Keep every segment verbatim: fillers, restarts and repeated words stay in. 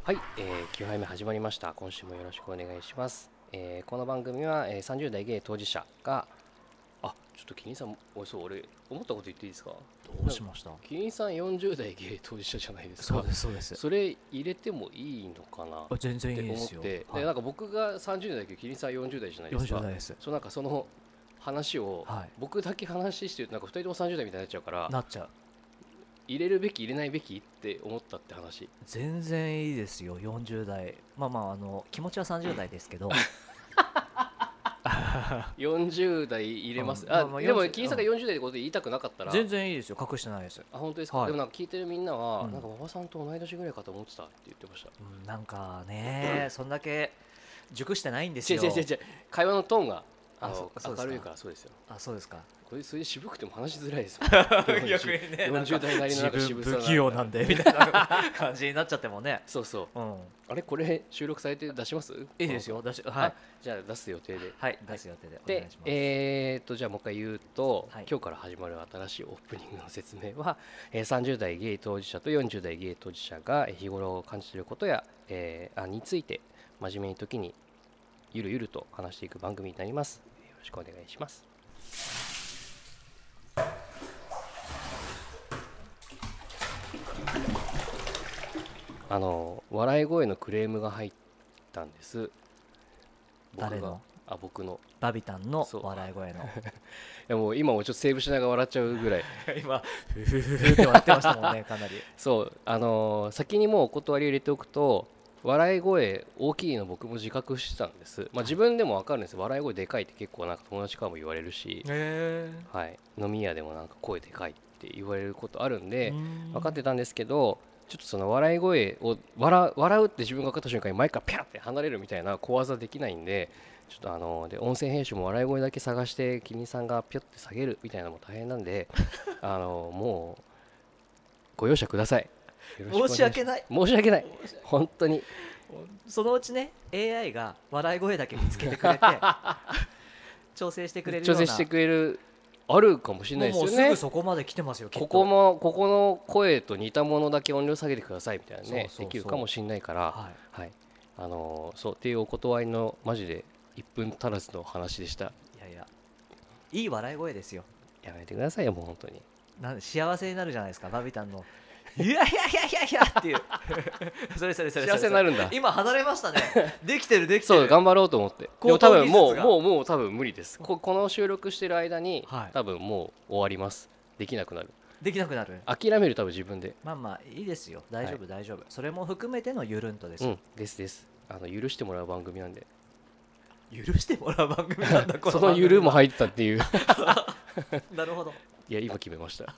はい、えー、きゅうはいめ始まりました。今週もよろしくお願いします。えーこの番組は、えーさんじゅう代ゲイ当事者が、あ、ちょっとキリンさん、おいそう、俺、思ったこと言っていいですか？ どうしました？ キリンさんよんじゅう代ゲイ当事者じゃないですか。 そうですそうです。 それ入れてもいいのかなっあ、全然いていですよ。 思って、 はい、 で、なんか僕がさんじゅう代だけど、キリンさんよんじゅう代じゃないですか。 よんじゅう代です。 そう、なんかその話を、 は僕だけ話してると、なんかふたりともさんじゅう代みたいになっちゃうから、 い。なっちゃう。 入れるべき、入れないべきって思ったって話。 全然いいですよ。よんじゅう代。まあまああの気持ちはさんじゅう代ですけど。 よんじゅう代入れます。あ、 うんまあまあでも、 よんじゅうキリンさんがよんじゅう代ってことで言いたくなかったら、 全然いいですよ。隠してないです。 あ、本当ですか。 はいでもなんか聞いてるみんなは、 うんなんか馬場さんと同い年ぐらいかと思ってたって言ってました。 うん、なんかね、そんだけ熟してないんですよ。 違う違う違う違う、会話のトーンがああのそそうですか明るいから。そうですよ。 あ、そうですか。 これそれで渋くても話しづらいですよ。 逆にね、 よんじゅう代なりのなんか自渋さが分不器用なんでみたいな感じになっちゃってもね。 そうそう。 うん。 あれこれ収録されて出します？ いいですよ。だし、はあい。 じゃあ出す予定で。 はい、出す予定でお願でいします。 えー、っとじゃあもう一回言うと、 はい今日から始まる新しいオープニングの説明は、えー、さんじゅう代ゲイ当事者とよんじゅう代ゲイ当事者がえー日頃感じていることや、えー、あについて真面目に時にゆるゆると話していく番組になります。よろしくお願いします。あの笑い声のクレームが入ったんです。僕が誰の？ あ僕のバビタンのそう笑い声の。 いやもう今もちょっとセーブしながら笑っちゃうぐらい今フフフフって笑ってましたもんね。かなり。 そうあのー先にもうお断りを入れておくと、笑い声大きいの僕も自覚してたんです。まあ自分でも分かるんです。笑い声でかいって結構なんか友達からも言われるし、 へはい、飲み屋でもなんか声でかいって言われることあるんでえ。 分かってたんですけど、ちょっとその笑い声を笑う笑うって自分が分かった瞬間に前からピャーって離れるみたいな小技できないんで、ちょっとあので音声編集も笑い声だけ探してキリンさんがピョって下げるみたいなのも大変なんであのもうご容赦ください。よろしくお願いします。 申し訳ない。 申し訳ない本当に。 そのうちね エーアイ が笑い声だけ見つけてくれて調整してくれるような。 調整してくれるあるかもしれないですもうよね。 すぐそこまで来てますよ。きっとここもここの声と似たものだけ音量下げてくださいみたいなね、 そうそうそうできるかもしれないから、 ははい、あのーそうっていうお断りのマジでいっぷん足らずの話でした。 い。いやいや、いい笑い声ですよ。 やめてくださいよもう本当に。 なんで幸せになるじゃないですか。バビタンのいやいやいやいやいやっていうそれそれそれそれ幸せになるんだ。 今離れましたね。できてるできてる。 そう頑張ろうと思って。で高等も多分技術がもうもうもう多分無理です。ここの収録してる間に、 はい多分もう終わります。できなくなる。 できなくなる。 諦める多分自分で。 まあまあいいですよ。大丈夫、大丈夫。それも含めてのゆるんとですよ。 うんですです。あの許してもらう番組なんで。 許してもらう番組なんだこそ番組のゆるも入ってたっていう。 なるほど。 いや今決めました。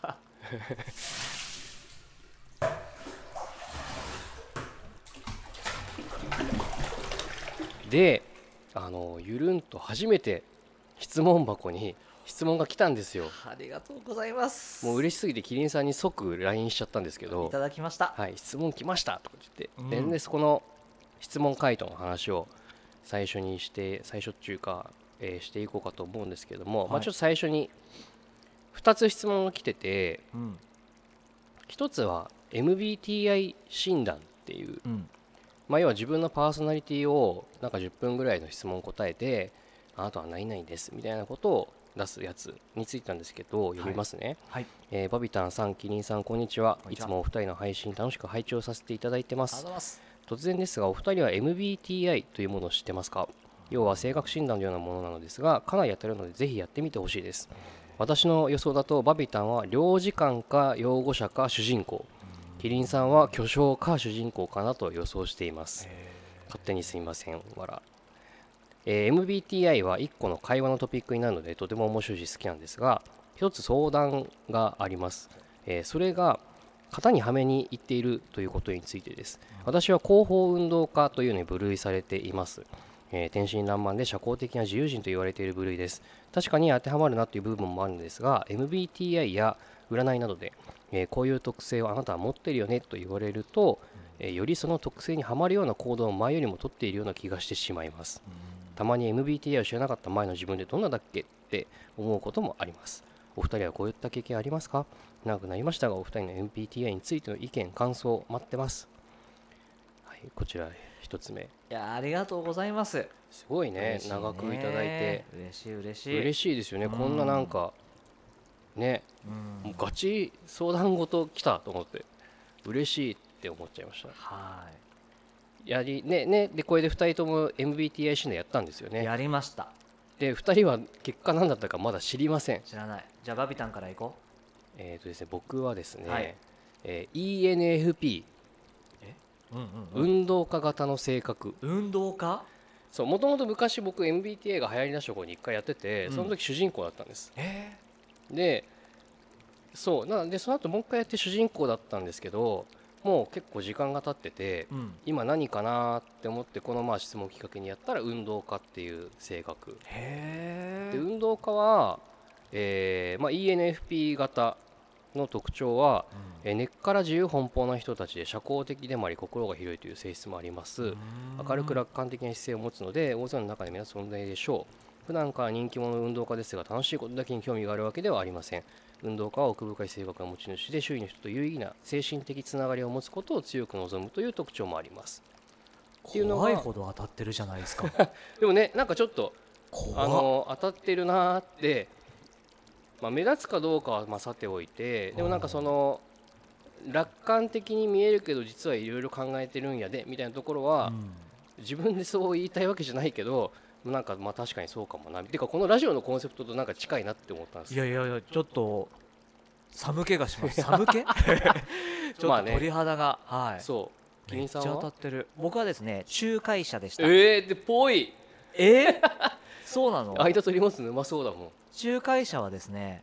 で、あのゆるんと初めて質問箱に質問が来たんですよ。 ありがとうございます。 もう嬉しすぎてキリンさんに即 ライン しちゃったんですけいど、 ただきました。 はい、質問来ましたとか言って、 うんででそこの質問回答の話を最初にして最初っていうか、えーしていこうかと思うんですけども、 はいまあ、ちょっと最初にふたつ質問が来てて、 うんひとつは エムビーティーアイ 診断っていう、 うんまあ、要は自分のパーソナリティをなんかじゅっぷんぐらいの質問を答えて、あなたは何々ですみたいなことを出すやつについてなんですけど、読みますね。 はい。 えーバビタンさん、キリンさん、こんにちは。 こんにちはいつもお二人の配信楽しく拝聴させていただいてまありがとうす。 ございます。 突然ですが、お二人は エムビーティーアイ というものを知ってますか？要は性格診断のようなものなのですが、かなり当たるのでぜひやってみてほしいです。私の予想だとバビタンは領事館か擁護者か主人公、キリンさんは巨匠か主人公かなと予想しています。勝手にすいません。わら。えー エムビーティーアイ はいっこの会話のトピックになるのでとても面白いし好きなんですが、ひとつ相談があります。えーそれが型にはめに行っているということについてです。私は広報運動家というのに分類されています。えー天真爛漫で社交的な自由人と言われている部類です。確かに当てはまるなという部分もあるのですが、エムビーティーアイ や占いなどで、えーこういう特性をあなたは持っているよねと言われると、えーよりその特性にはまるような行動を前よりも取っているような気がしてしまいます。たまに エムビーティーアイ を知らなかった前の自分でどんなだっけって思うこともあります。お二人はこういった経験ありますか？長くなりましたが、お二人の エムビーティーアイ についての意見、感想待ってます。はい、 こちら一つ目。 いやありがとうございます。 すごいね、 嬉しいね長くいただいて。 嬉しい嬉しい嬉しいですよね、 うんこんななんかね、 うんもうガチ相談事来たと思って嬉しいって思っちゃいました。 はいやりねねでこれでふたりとも エムビーティーアイ 診断やったんですよね。 やりました。 でふたりは結果何だったかまだ知りません。 知らない。じゃあバビタンからいこえっ、とですね僕はですね、 はいえー イーエヌエフピう。うんー、 うんうん、 運動家型の性格。 運動家。 そう、もともと昔僕 エムビーティーアイ が流行りだした頃にいっかいやってて、 うんその時主人公だったんです。 えでそうなのでその後もう一回やって主人公だったんですけど、もう結構時間が経ってて、 ー、うん今何かなって思ってこのまあ質問をきっかけにやったら運動家っていう性格へえで、運動家は、えーまあ、イーエヌエフピー 型の特徴は、えー根っから自由奔放な人たちで社交的でもあり心が広いという性質もあります。明るく楽観的な姿勢を持つので大勢の中で目立つ存在でしょう。普段から人気者の運動家ですが楽しいことだけに興味があるわけではありません。運動家は奥深い性格の持ち主で周囲の人と有意義な精神的つながりを持つことを強く望むという特徴もあります。っていうのが怖いほど当たってるじゃないですかでもねなんかちょっと怖っあの当たってるなーって、まあ、目立つかどうかはまあさておいて、でもなんかその楽観的に見えるけど実はいろいろ考えてるんやでみたいなところは、 うん自分でそう言いたいわけじゃないけどなんかまあ確かにそうかもなてかこのラジオのコンセプトとなんか近いなって思ったんですよ。 いやいやいやちょっと寒気がします寒気ちょっとまあね鳥肌が、はいそうキリめっちゃンさんは当たってる。僕はですね仲介者でした。 えー、でぽいえー、そうなの。 間取り持つのうまそうだもん。 仲介者はですね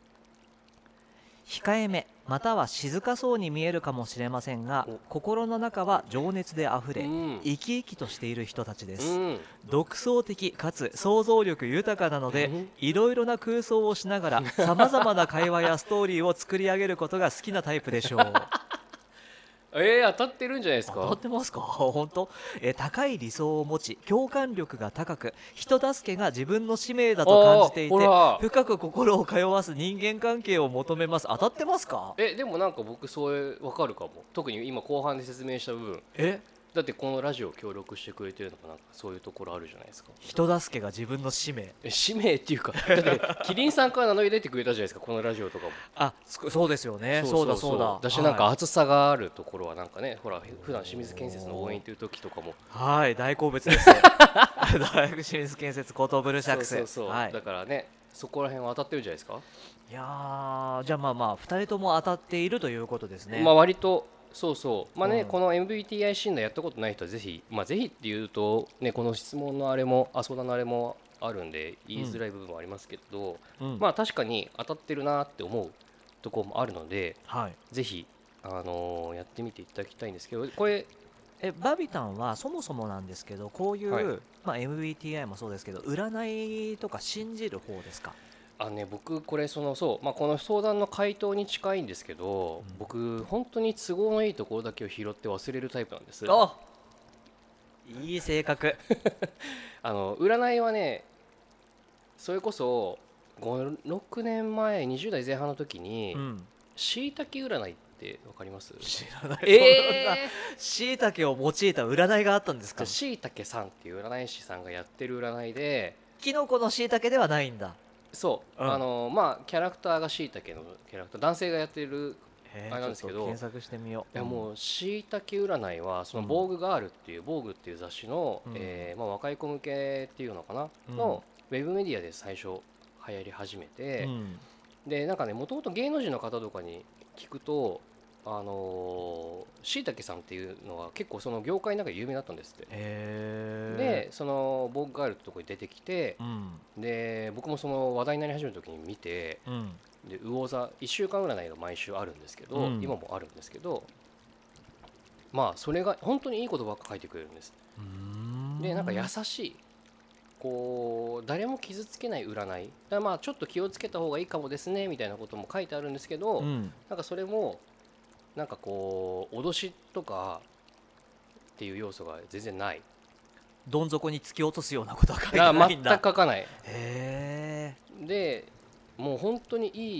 控えめまたは静かそうに見えるかもしれませんがお心の中は情熱であふれ、 うん生き生きとしている人たちです、 うん独創的かつ想像力豊かなので、 うんいろいろな空想をしながらさまざまな会話やストーリーを作り上げることが好きなタイプでしょう。 えー、当たってるんじゃないです当たか。 ってますか本当、えー高い理想を持ち共感力が高く人助けが自分の使命だと感じていあーほらて深く心を通わす人間関係を求めます。当たってますか。 えでもなんか僕それ分かるかも。特に今後半で説明した部分えだってこのラジオを協力してくれてるのもなんかそういうところあるじゃないですか。 人助けが自分の使命。 え使命っていうかだってキリンさんから名乗り出てくれたじゃないですかこのラジオとかも。 あそそうですよね。そうだそうだだしなんかはい熱さがあるところはなんかねほら普段清水建設の応援っていう時とかもはい大好物です大学清水建設コトブルシャクス。 そうそうそう、 はいだからねそこら辺は当たってるんじゃないですか。 いやーじゃあまあまあふたりとも当たっているということですね。 まあ割とそうそうまあね、 うんこの エムビーティーアイ 診断やったことない人はぜひまあぜひっていうとねこの質問のあれもあ相談のあれもあるんで言いづらい部分もありますけど、 うんまあ確かに当たってるなって思うところもあるのではいぜひあのーやってみていただきたいんですけどこれえバビタンはそもそもなんですけどこういう、 はいまあ、エムビーティーアイ もそうですけど占いとか信じる方ですか。 あのね僕これそのそう、まあ、この相談の回答に近いんですけど、 うん僕本当に都合のいいところだけを拾って忘れるタイプなんです。 あいい性格あの占いはねそれこそごろくねんまえにじゅう代前半の時にうんしいたけ占いってわかります？ 知らない。 えーしいたけを用いた占いがあったんですか。 しいたけさんっていう占い師さんがやってる占いでキノコのしいたけではないんだ。 そう、 うんあのまあキャラクターがしいたけのキャラクター男性がやってるへあれなんですけどちょっと検索してみよう。 いやもうしいたけ占いはその「防具ガール」っていう「防具」っていう雑誌の、 うんえーまあ、若い子向けっていうのかな、 うんのウェブメディアで最初流行り始めて、 うんでなんかねもともと芸能人の方とかに聞くとあのしいたけさんっていうのは結構その業界の中で有名だったんですって。 へでその「防具ガール」ってとこに出てきてうんで僕もその話題になり始めた時に見てうんで魚座いっしゅうかん占いが毎週あるんですけど、 うん今もあるんですけどまあそれが本当にいいことばっか書いてくれるんです。 うーんでなんか優しいこう誰も傷つけない占いだからまあちょっと気をつけた方がいいかもですねみたいなことも書いてあるんですけど、 うんなんかそれもなんかこう脅しとかっていう要素が全然ない。 どん底に突き落とすようなことは書いてだから全ないんだ。 く書かない。 へでもう本当にいい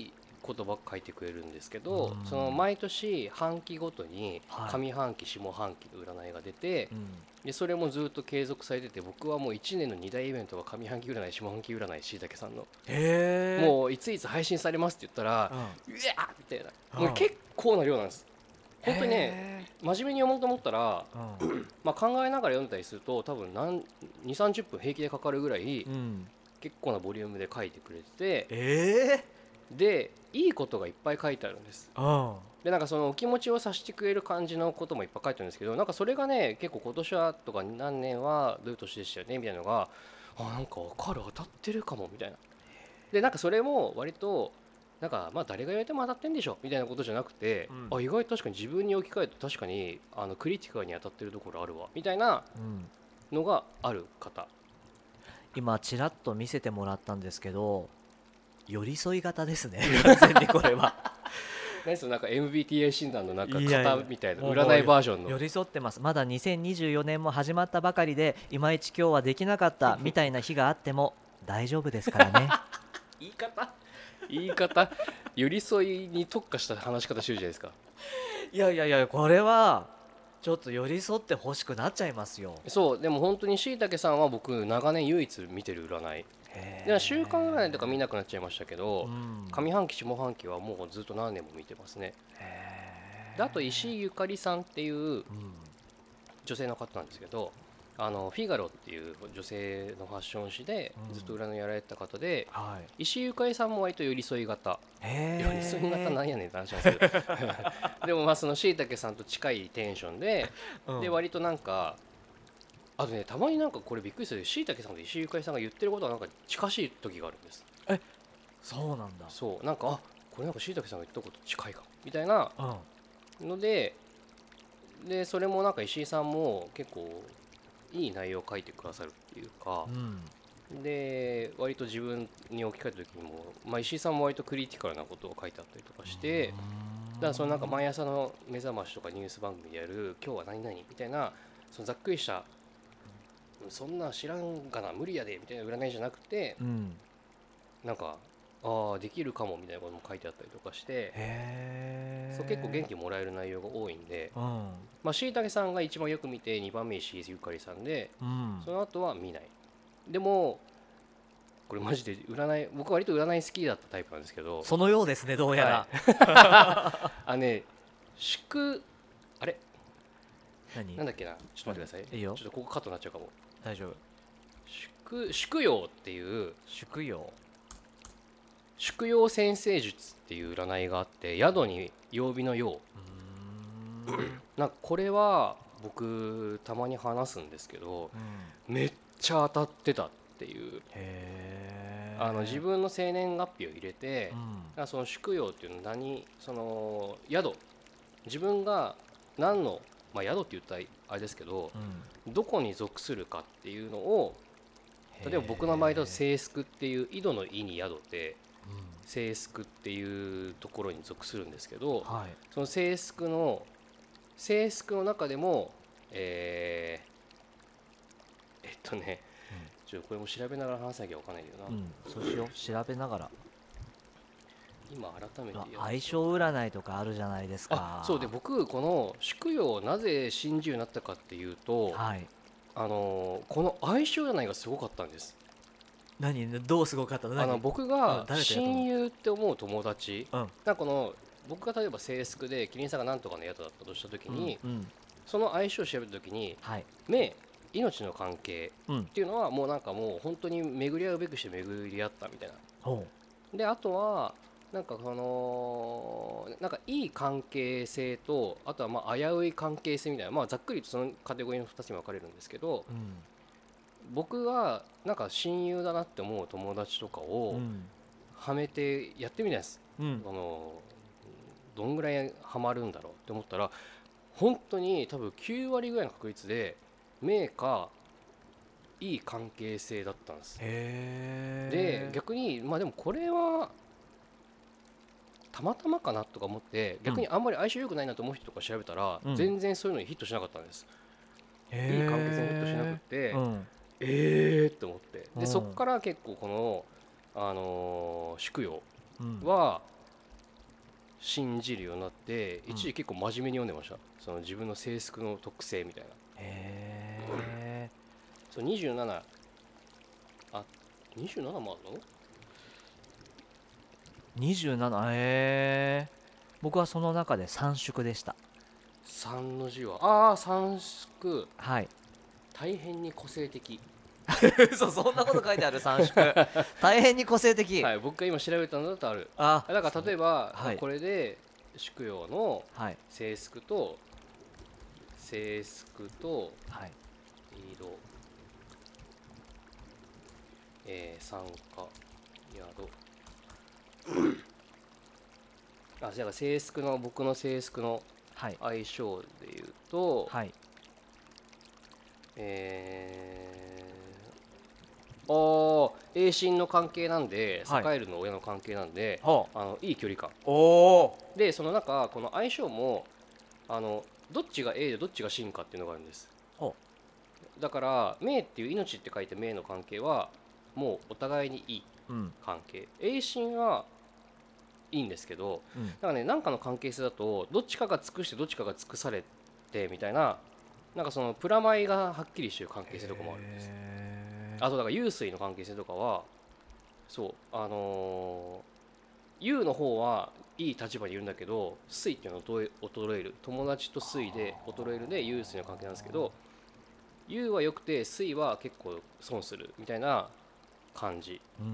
ことばっか書いてくれるんですけど、 うんその毎年半期ごとにはい上半期下半期の占いが出て、 うんでそれもずっと継続されてて、僕はもういちねんのに大イベントが上半期占い下半期占いしいたけさんのへえもういついつ配信されますって言ったら、 うんうわーみたいな、 うんもう結構な量なんです。本当にね、 へ真面目に読もうと思ったら、 ーうんまあ、考えながら読んだりすると多分何にじゅうさんじゅっぷん平気でかかるぐらいうん結構なボリュームで書いてくれてて、 ええでいいことがいっぱい書いてあるんです。 うんでなんかそのお気持ちをさせてくれる感じのこともいっぱい書いてあるんですけど、なんかそれがね結構今年はとか何年はどういう年でしたよねみたいなのが、あなんか分かる、当たってるかもみたいな。でなんかそれも割となんかまあ誰が言われても当たってんでしょみたいなことじゃなくて、 うんあ意外と確かに自分に置き換えると確かにあのクリティカルに当たってるところあるわみたいなうんのがある方。 今ちらっと見せてもらったんですけど寄り添い型ですね完全にこれは何そのなんか エムビーティーアイ 診断のなんかいやいや型みたいなもう占いバージョンの寄り添ってます。まだにせんにじゅうよねんも始まったばかりでいまいち今日はできなかったみたいな日があっても大丈夫ですからね言い方言い方寄り添いに特化した話し方してるじゃないですか。 いやいやいやこれはちょっと寄り添って欲しくなっちゃいますよ。 そうでも本当にしいたけさんは僕長年唯一見てる占いへーで週間占いとか見なくなっちゃいましたけど、 うん上半期下半期はもうずっと何年も見てますね。 へーであと石井ゆかりさんっていううん女性の方なんですけど、あのフィガロっていう女性のファッション誌でうんずっと占いやられてた方で、 はい石井ゆかりさんも割と寄り添い型、 へ寄り添い型なんやねんって話なんですけどでもまあそのしいたけさんと近いテンションで、 うんで割となんかあとねたまになんかこれびっくりするしいたけさんと石井ゆかりさんが言ってることがなんか近しい時があるんです。 そうなんだ。 そうなんかあこれなんかしいたけさんが言ったこと近いかもみたいなうんのででそれもなんか石井さんも結構いい内容を書いてくださるっていうかう、んで割と自分に置き換えた時にも、まあ、石井さんも割とクリティカルなことを書いてあったりとかして、だからそのなんか毎朝の目覚ましとかニュース番組でやる今日は何々みたいなそのざっくりしたそんな知らんがな無理やでみたいな占いじゃなくて、 うんなんかああできるかもみたいなことも書いてあったりとかして、 へえそう結構元気もらえる内容が多いんで、 うんまあしいたけさんが一番よく見てにばんめ石井ゆかりさんで、 うんその後は見ない。でもこれマジで占い僕割と占い好きだったタイプなんですけど、 そのようですねどうやら、 あね祝あれ何なんだっけなちょっと待ってください。 いいよちょっとここカットになっちゃうかも。 大丈夫。 祝祝陽っていう祝陽祝陽占星術っていう占いがあって、宿に曜日の曜うーんなんかこれは僕たまに話すんですけどうんめっちゃ当たってたっていうへえあの自分の生年月日を入れて、 うんだからその祝陽っていうのは何その宿自分が何の、まあ、宿って言ったらあれですけどうんどこに属するかっていうのを例えば僕の場合だと清宿っていう井戸の井に宿でうん清宿っていうところに属するんですけど、 はいその清宿の清宿の中でもえー、えっとねちょっとこれも調べながら話さなきゃ分かんないけどな、 うんそうしよう調べながら今改めてやる相性占いとかあるじゃないですか。 あそうで僕この祝陽をなぜ信じるようになったかっていうと、 はいあのこの相性占いがすごかったんです。 何どうすごかったの？何あの僕うんが誰とやったの親友って思う友達、 うんなんかこの僕が例えば清宿でキリンさんがなんとかの宿だったとした時に、 うんうんその相性を調べた時にはい目命の関係うんっていうのはもうなんかもう本当に巡り合うべくして巡り合ったみたいな。 ほであとはなんかそのなんかいい関係性とあとはまあ危うい関係性みたいな、まあ、ざっくりとそのカテゴリーのふたつに分かれるんですけど、 ううん僕がなんか親友だなって思う友達とかをうんはめてやってみたいです。 うんあのどんぐらいハマるんだろうって思ったら本当に多分きゅうわりぐらいの確率で名かいい関係性だったんです。 へでえ逆にまあでもこれはたまたまかなとか思って逆にあんまり相性良くないなと思う人とか調べたら、 うん全然そういうのにヒットしなかったんです。いいへー関係性にヒットしなくて、 うんえーって思ってうんでそっから結構この、あのー祝陽うんは信じるようになってうん一時結構真面目に読んでました。その自分のセイスクの特性みたいな。 へえ。 そうにじゅうなな、あ、にじゅうななもあるの？ にじゅうなな、へえ。僕はその中で三宿でした。 さんの字はああ三宿、 はい。 大変に個性的。 嘘、そんなこと書いてある三宿。大変に個性的。 はい、僕が今調べたのだとある。 あ、 だから例えば、 はいこれで宿陽のはい。 静粛と静粛とはい。 色、えー、酸化宿あ、じゃあ静粛の僕の静粛のはい。 相性でいうと、 はい。 えー、ああ栄親の関係なんで、 はい栄えるの親の関係なんで、 はあのいい距離感あ。おお。 で、その中この相性もあのどっちが A でどっちが真かっていうのがあるんです。 ほだから命っていう命って書いて命の関係はもうお互いにいいうん。 関係、栄親はいいんですけど、 うん。 だからね、何かの関係性だとどっちかが尽くしてどっちかが尽くされてみたいな、なんかそのプラマイがはっきりしてる関係性とかもあるんです。 へあとだから湧水の関係性とかはそうあのー、湧の方はいい立場にいるんだけど、水っていうのは衰え衰える、友達と水で衰えるで湧水の関係なんですけど、湧は良くて水は結構損するみたいな感じ。 え。うん。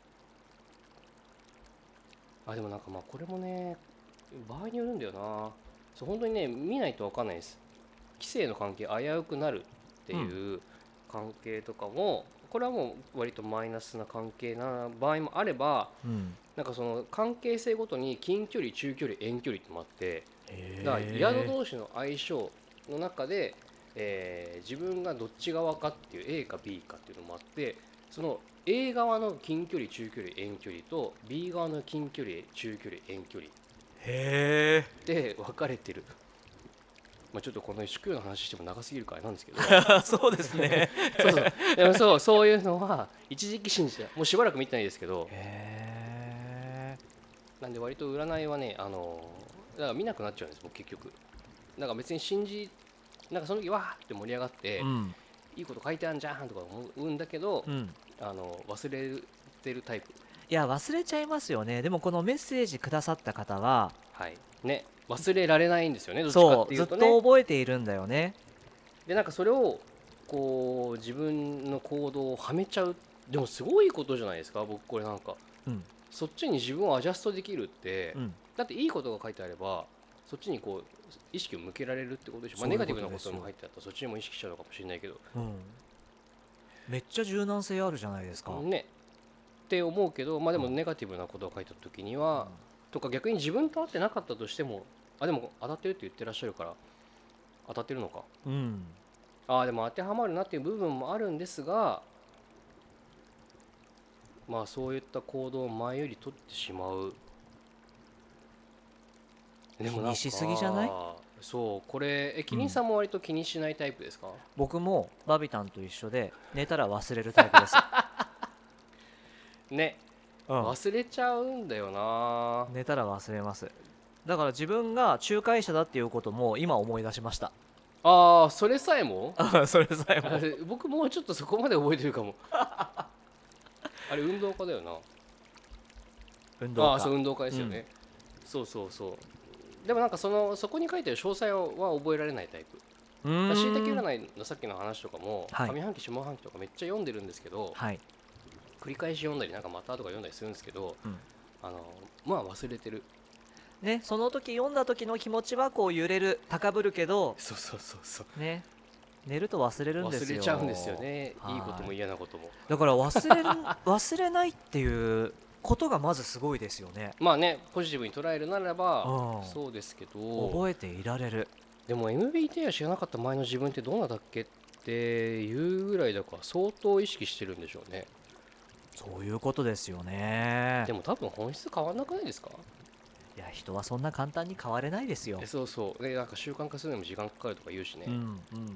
あ、でもなんかまあこれもね場合によるんだよな。そう本当にね見ないと分かんないです。棋聖の関係危うくなるっていう関係とかも、これはもう割とマイナスな関係な場合もあれば、 うん。 なんかその関係性ごとに近距離中距離遠距離ってもあって、 へだから宿え。 同士の相性の中で、えー自分がどっち側かっていう A か B かっていうのもあって、その A 側の近距離中距離遠距離と B 側の近距離中距離遠距離へで分かれてる。まあ、ちょっとこの宿陽の話しても長すぎるからなんですけどえ。そうですね。 そうそう、でもそうそういうのは一時期信じて、もうしばらく見てないですけど、 へえ。 なんで割と占いはね、あのだから見なくなっちゃうんです僕結局。なんか別に信じ、なんかその時わーって盛り上がってうん。 いいこと書いてあるじゃんとか思うんだけど、 うん。 あの忘れてるタイプ。 いや、忘れちゃいますよね。でもこのメッセージくださった方は、 はいね、忘れられないんですよね、どっちかっそう、ずっていうとね。 と覚えているんだよね。 でなんかそれをこう自分の行動をはめちゃう、でもすごいことじゃないですか。僕これなんかうん。 そっちに自分をアジャストできるって、 うん。 だっていいことが書いてあればそっちにこう意識を向けられるってことでしょ。まあ、 そういうネガティブなことですよことも入ってあったらそっちにも意識しちゃうのかもしれないけどうん。めっちゃ柔軟性あるじゃないですか。 ねって思うけど、まあでもうん。 ネガティブなことを書いた時には、とか逆に自分と合ってなかったとしても、あでも当たってるって言ってらっしゃるから当たってるのか、 うん。 あでも当てはまるなっていう部分もあるんですが、まあそういった行動を前より取ってしまう。でもなんか気にしすぎじゃない？ そうこれえキリンうん。 さんも割と気にしないタイプですか？ 僕もバビタンと一緒で寝たら忘れるタイプです。 ね、 うん。 忘れちゃうんだよな。 寝たら忘れます。だから自分が仲介者だっていうことも今思い出しました。 ああそれさえもあ、それさえも。 あれ僕もうちょっとそこまで覚えてるかも。あれ運動家だよな。 運動家。 ああそう運動家ですよね、そうそうそう。でもなんかそのそこに書いてる詳細は覚えられないタイプ。 うん。うしいたけーん。 占いのさっきの話とかもはい。 上半期下半期とかめっちゃ読んでるんですけど、 はい。 繰り返し読んだりなんかまたとか読んだりするんですけど、 うん。 あのまあ忘れてる。 ね、その時読んだ時の気持ちはこう揺れる、高ぶるけど、 そうそうそうそうね、寝ると忘れるんです忘よ。 れちゃうんですよね、いいこともはい。 嫌なことも。 だから忘れる忘れないっていうことがまずすごいですよね。 まあねポジティブに捉えるならばうん。 そうですけど、 覚えていられる。 でも エムビーティー は知らなかった前の自分ってどうなんだっけっていうぐらいだから相当意識してるんでしょうね。 そういうことですよね。 でも多分本質変わんなくないですか？ いや、人はそんな簡単に変われないですよ。 えそうそうでなんか習慣化するのにも時間かかるとか言うしね。 うんうん。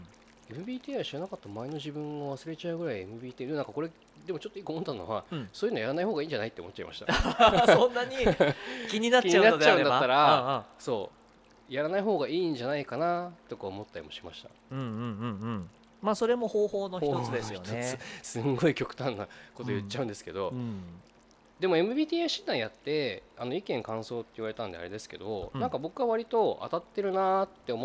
エムビーティーアイ 知らなかった前の自分を忘れちゃうぐらい エムビーティーアイ なんかこれでもちょっと一個思ったのは、 うん、 そういうのやらない方がいいんじゃないって思っちゃいましたそんなに気になっちゃうのであれば、 気になっちゃうんだったら、そうやらない方がいいんじゃないかなとか思ったりもしました。 うんうんうんうんうんまあそれも方法の一つですよね。 すんごい極端なこと言っちゃうんですけど、 うんうんでも エムビーティーアイ 診断やってあの意見感想って言われたんであれですけど、 うんなんか僕は割と当たってるなって思って、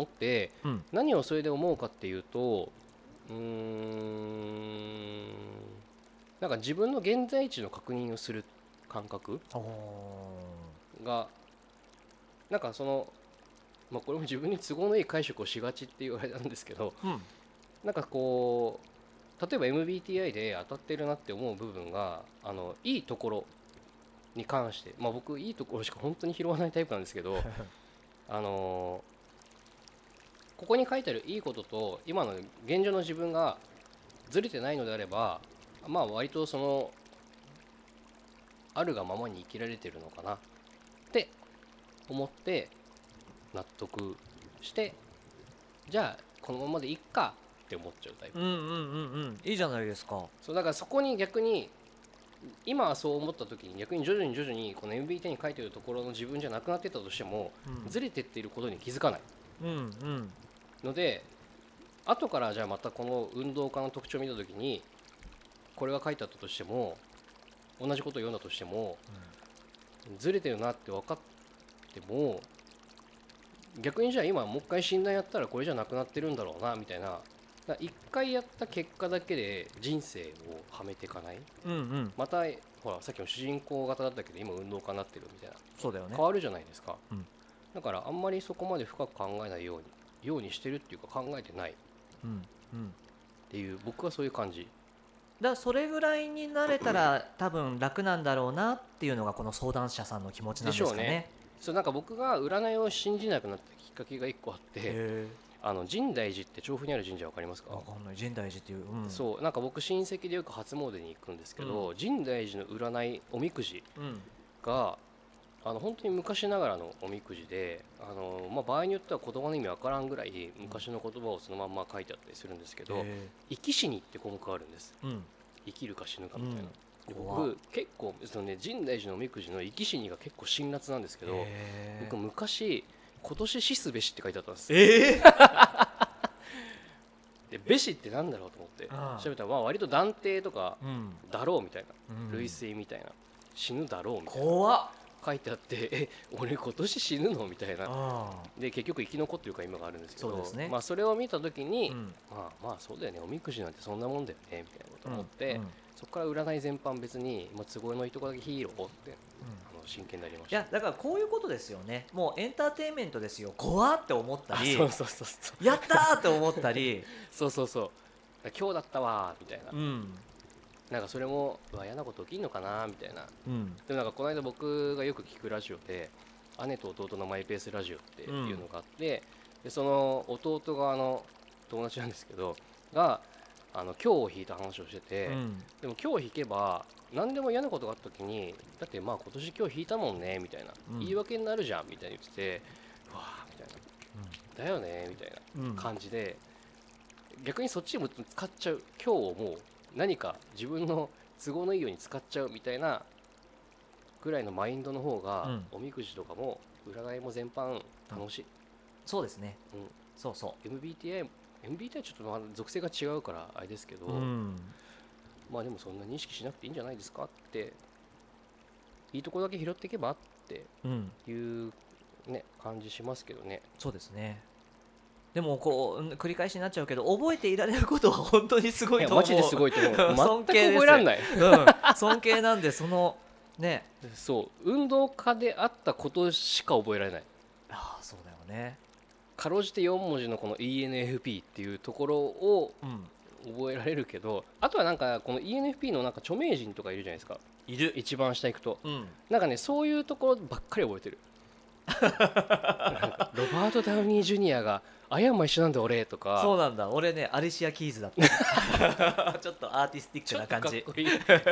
うん、 何をそれで思うかっていうと、うーんなんか自分の現在地の確認をする感覚がなんかその、まあ、これも自分に都合のいい解釈をしがちって言われたんですけど、 うんなんかこう例えば エムビーティーアイ で当たってるなって思う部分があのいいところに関して、まあ、僕いいところしか本当に拾わないタイプなんですけどあのここに書いてあるいいことと今の現状の自分がずれてないのであれば、まあ割とそのあるがままに生きられてるのかなって思って納得して、じゃあこのままでいっかって思っちゃうタイプ。 うんうんうんうんいいじゃないですか。 そうだからそこに逆に今はそう思った時に逆に徐々に徐々にこの エムビーティーアイ に書いてるところの自分じゃなくなってたとしても、 うんずれてっていることに気づかないうんうんので、後からじゃあまたこの運動家の特徴を見た時にこれが書いてあったとしても同じことを読んだとしてもずれてるなって分かっても逆にじゃあ今もう一回診断やったらこれじゃなくなってるんだろうなみたいな、一回やった結果だけで人生をはめていかない、 うんうんまたほらさっきの主人公型だったけど今運動家になってるみたいなそうだよね。 変わるじゃないですか、 うん、 だからあんまりそこまで深く考えないようにようにしてるっていうか考えてないっうんうんていう僕はそういう感じ。 だからそれぐらいになれたら多分楽なんだろうなっていうのがこの相談者さんの気持ちなんですかね。 でしょうね。そうなんか僕が占いを信じなくなったきっかけがいっこあって、 へあの深大寺って調布にある神社わかりますか？ わかんない深大寺っていう、うん、 そうなんか僕親戚でよく初詣に行くんですけど、 うん、 深大寺の占いおみくじうんがあの本当に昔ながらのおみくじで、あの、まあ、場合によっては言葉の意味わからんぐらい昔の言葉をそのまんま書いてあったりするんですけど、生き死にって項目があるんです。 うん生きるか死ぬかみたいな、 うん、 僕結構その、ね、深大寺のおみくじの生き死にが結構辛辣なんですけど、僕昔今年死すべしって書いてあったんです。 えーでべしってなんだろうと思って調べたら、まあ割と断定とか、 うん、 だろうみたいな、 うん、 類推みたいな、死ぬだろうみたいな怖っ書いてあって、え俺今年死ぬのみたいな。 あで結局生き残ってるか今があるんですけど、 そうですね、 まあ、それを見た時に、 うん、 まあまあそうだよねおみくじなんてそんなもんだよねみたいなことを思って、 うんうん、 そこから占い全般別に、まあ、都合のいいところだけヒーローって、うん、あの真剣になりました。 いやだからこういうことですよね。もうエンターテインメントですよ。怖って思ったり、 そうそうそうそうやったーって思ったりそうそうそう今日だったわみたいな、 うん、 なんかそれもうわ嫌なこと起きんのかなみたいな、 うん、 でもなんかこの間僕がよく聞くラジオで姉と弟のマイペースラジオっていうのがあって、うん、でその弟側の友達なんですけどがあの今日を引いた話をしてて、うん、でも今日引けば何でも嫌なことがあった時にだってまあ今年今日引いたもんねみたいな、うん、言い訳になるじゃんみたいに言っててうわーみたいな、うん、だよねみたいな感じで、うん、逆にそっちも使っちゃう今日をもう何か自分の都合のいいように使っちゃうみたいなぐらいのマインドの方が、うん、おみくじとかも占いも全般楽しい、うん、 そうですね、 うん、 そうそうエムビーティーアイ エムビーティーアイ ちょっとまあ属性が違うからあれですけど、うん、まあでもそんなに意識しなくていいんじゃないですかっていいとこだけ拾っていけばっていう、ね、感じしますけどね。 そうですね。でもこう繰り返しになっちゃうけど覚えていられることは本当にすごいと思う。 いやマジですごいと思う尊敬全く覚えらんない、 うん、尊敬なんでそのねそう運動家であったことしか覚えられない。 ああそうだよね。 かろうじてよん文字のこの イーエヌエフピー っていうところを覚えられるけど、うん、あとはなんかこの イーエヌエフピー のなんか著名人とかいるじゃないですか。 いる一番下行くと、 うん、 なんかねそういうところばっかり覚えてるロバート・ダウニー・ジュニアがアイアンマン一緒なんだ俺とか。 そうなんだ。俺ねアリシア・キーズだったちょっとアーティスティックな感じ。 ちょっとかっこいい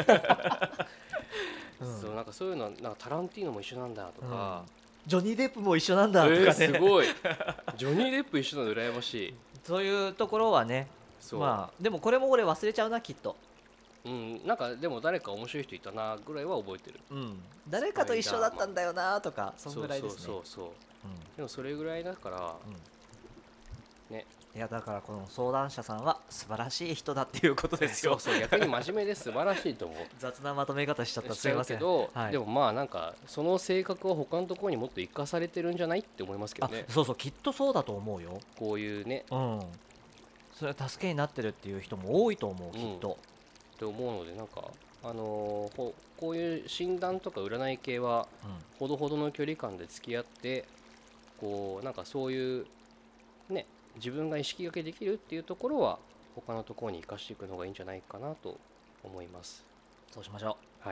そうなんかそういうのなんかタランティーノも一緒なんだとか、 うん、ジョニー・デップも一緒なんだとかね、 えー、すごいジョニー・デップ一緒なの羨ましい。 そういうところはね、 そう、 まあでもこれも俺忘れちゃうなきっと。 うん、なんかでも誰か面白い人いたなぐらいは覚えてる。 うん、誰かと一緒だったんだよなとか、そんぐらいですね。 そうそうそうそう、 うんでもそれぐらいだからうんね。 いやだからこの相談者さんは素晴らしい人だっていうことですよ。 そうそう、逆に真面目で素晴らしいと思う。 雑なまとめ方しちゃった、 しちゃすいません。 うけど、 はい、 でもまあなんかその性格は他のところにもっと生かされてるんじゃないって思いますけどあね。 そうそう、きっとそうだと思うよ。 こういうね、 うんそれは助けになってるっていう人も多いと思う、きっと。 って思うので、なんかあのーほこういう診断とか占い系はうんほどほどの距離感で付き合って、こうなんかそういうね、自分が意識がけできるっていうところは他のところに生かしていくのがいいんじゃないかなと思います。 そうしましょはい。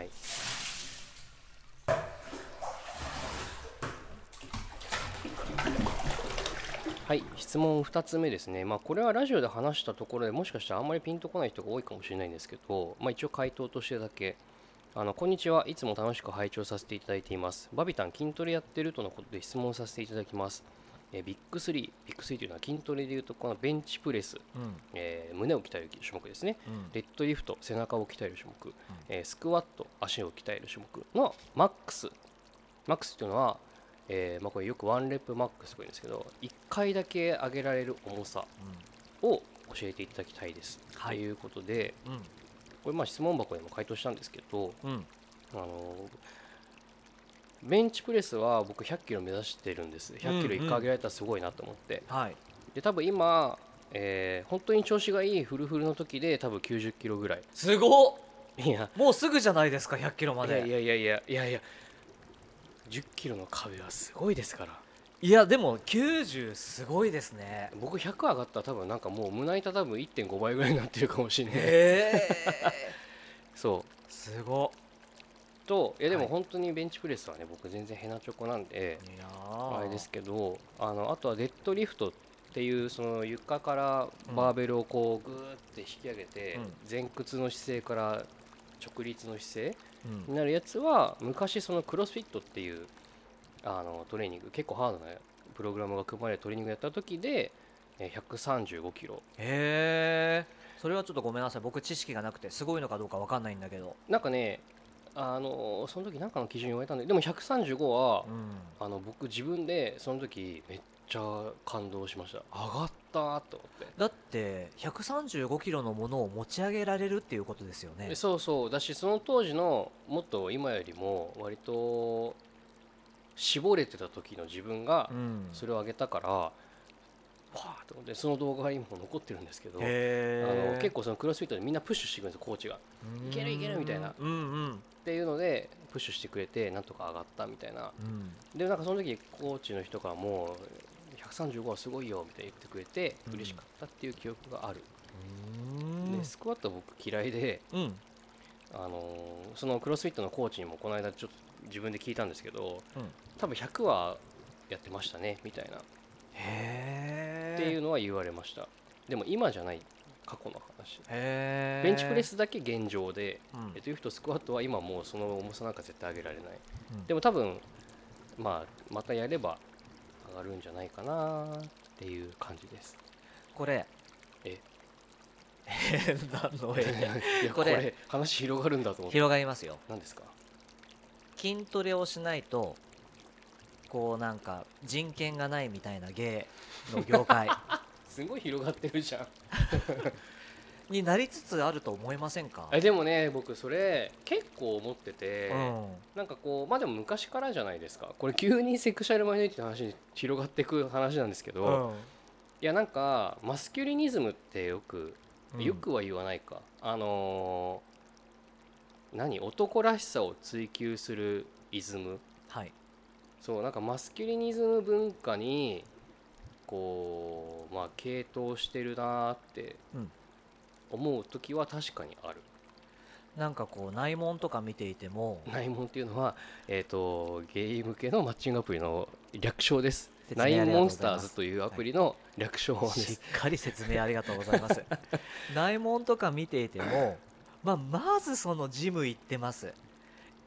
はい、質問ふたつめですね。まあ、これはラジオで話したところでもしかしたらあんまりピンとこない人が多いかもしれないんですけど、まあ、一応回答としてだけ。あのこんにちは。いつも楽しく拝聴させていただいています。バビタン筋トレやってるとのことで質問させていただきます。えービッグスリー、ビッグスリーというのは筋トレでいうとこのベンチプレス、 う。うんえー胸を鍛える種目ですね。 うんデッドリフト、背中を鍛える種目、えースクワット、足を鍛える種目のマックス。マックスというのは、えーまあ、これよくワンレップマックスとか言うんですけど、いっかいだけ上げられる重さを教えていただきたいです。 はいということで、 うんこれまあ質問箱でも回答したんですけど、 うんあのベンチプレスは僕ひゃっキロ目指してるんです。ひゃっキロいっかい上げられたらすごいなと思って。 はいで、多分今、えー本当に調子がいいフルフルの時で多分きゅうじゅっキロぐらい。 すごっ、 いや、 もうすぐじゃないですか、ひゃっキロまいやいで。 やいやいやいやいや、じゅっキロの壁はすごいですから。 いやでもきゅうじゅうすごいですね。 僕ひゃく上がったら多分なんかもう胸板多分いってんごばいぐらいになってるかもしれない。 へえそうすごっ。 と、いやでもはい本当にベンチプレスはね、僕全然ヘナチョコなんで、 いやーあれですけど、あのあとはデッドリフトっていうその床からバーベルをこうグーって引き上げて、 うん前屈の姿勢から直立の姿勢うんになるやつは、昔そのクロスフィットっていうあのトレーニング、結構ハードなプログラムが組まれるトレーニングやった時でえーひゃくさんじゅうごキロ。 へえそれはちょっとごめんなさい、僕知識がなくてすごいのかどうかわかんないんだけど。 なんかね、あのその時なんかの基準言われたんで、でもひゃくさんじゅうごは、 うんあの僕自分でその時めっちゃ感動しました。上がったーと思って。 だってひゃくさんじゅうごキロのものを持ち上げられるっていうことですよね。 でそうそうだし、その当時のもっと今よりも割と絞れてた時の自分がうんそれを上げたから、わーと思って、その動画が今も残ってるんですけど、あへえの結構そのクロスフィットでみんなプッシュしてくるんですよ、コーチが。いけるいけるみたいなうんうんっていうのでプッシュしてくれて、なんとか上がったみたいな。 うんでなんかその時コーチの人からもひゃくさんじゅうごはすごいよみたいに言ってくれてうん嬉しかったっていう記憶がある。 うんでスクワット僕嫌いで、 うんあのーそのクロスフィットのコーチにもこの間ちょっと自分で聞いたんですけど、 うん多分ひゃくはやってましたねみたいなっへえていうのは言われました。でも今じゃない、過去の話。 へえベンチプレスだけ現状で、 うんデッドリフトスクワットは今もうその重さなんか絶対上げられない。 うんでも多分、まあ、またやれば上がるんじゃないかなっていう感じです。 これえ変なの絵いやこれこれ話広がるんだと思って。 広がりますよ。 何ですか？ 筋トレをしないとこうなんか人権がないみたいな芸の業界すごい広がってるじゃん。 になりつつあると思いませんか？ えでもね、僕それ結構思ってて、 うんなんかこうまあでも昔からじゃないですか。これ急にセクシャルマイノリティの話に広がっていく話なんですけど、いやなんかマスキュリニズムってよく、 うんよくは言わないか、あのー何男らしさを追求するイズム、 はいそうなんかマスキュリニズム文化にこうまあ傾倒してるなーってうん思う時は確かにある。 なんかこう内門とか見ていても内門っていうのは、えー、とゲーム系のマッチングアプリの略称です。ナイン説明ありがとうモンスターございますズというアプリの略称でしっす。 かり説明ありがとうございます内門とか見ていても、まあ、まずそのジム行ってます。